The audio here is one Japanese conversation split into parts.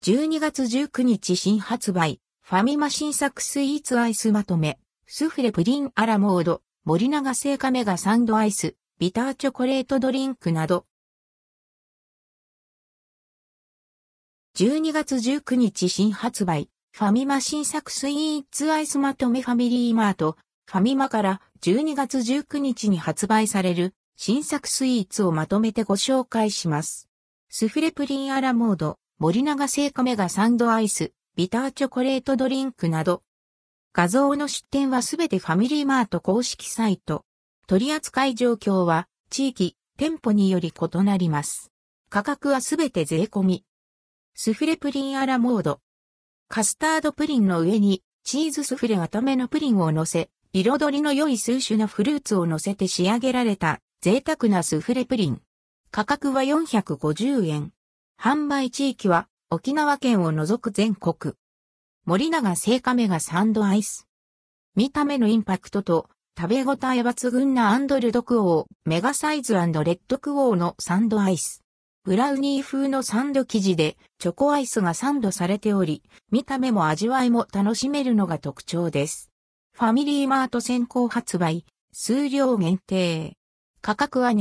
12月19日新発売、ファミマ新作スイーツアイスまとめ、スフレプリンアラモード、森永製菓メガサンドアイス、ビターチョコレートドリンクなど。12月19日新発売、ファミマ新作スイーツアイスまとめファミリーマート、ファミマから12月19日に発売される新作スイーツをまとめてご紹介します。スフレプリンアラモード、森永製菓メガサンドアイス、ビターチョコレートドリンクなど。画像の出店はすべてファミリーマート公式サイト。取扱い状況は地域、店舗により異なります。価格はすべて税込み。スフレプリンアラモード。カスタードプリンの上にチーズスフレ固めのプリンを乗せ、彩りの良い数種のフルーツを乗せて仕上げられた贅沢なスフレプリン。価格は450円。販売地域は沖縄県を除く全国。森永製菓メガサンドアイス。見た目のインパクトと食べ応え抜群なアンドルドクオー、メガサイズ&レッドクオーのサンドアイス。ブラウニー風のサンド生地でチョコアイスがサンドされており、見た目も味わいも楽しめるのが特徴です。ファミリーマート先行発売、数量限定。価格は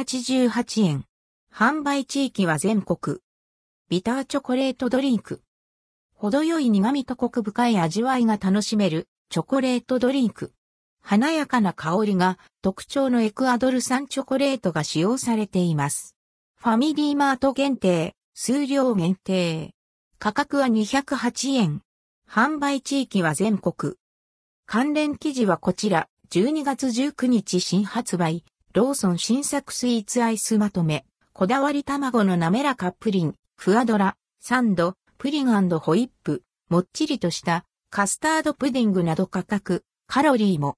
288円。販売地域は全国。ビターチョコレートドリンク。程よい苦味とコク深い味わいが楽しめるチョコレートドリンク。華やかな香りが特徴のエクアドル産チョコレートが使用されています。ファミリーマート限定、数量限定。価格は208円。販売地域は全国。関連記事はこちら、12月19日新発売、ローソン新作スイーツアイスまとめ、こだわり卵の滑らかプリン、フアドラ、サンド、プリン&ホイップ、もっちりとしたカスタードプディングなど価格、カロリーも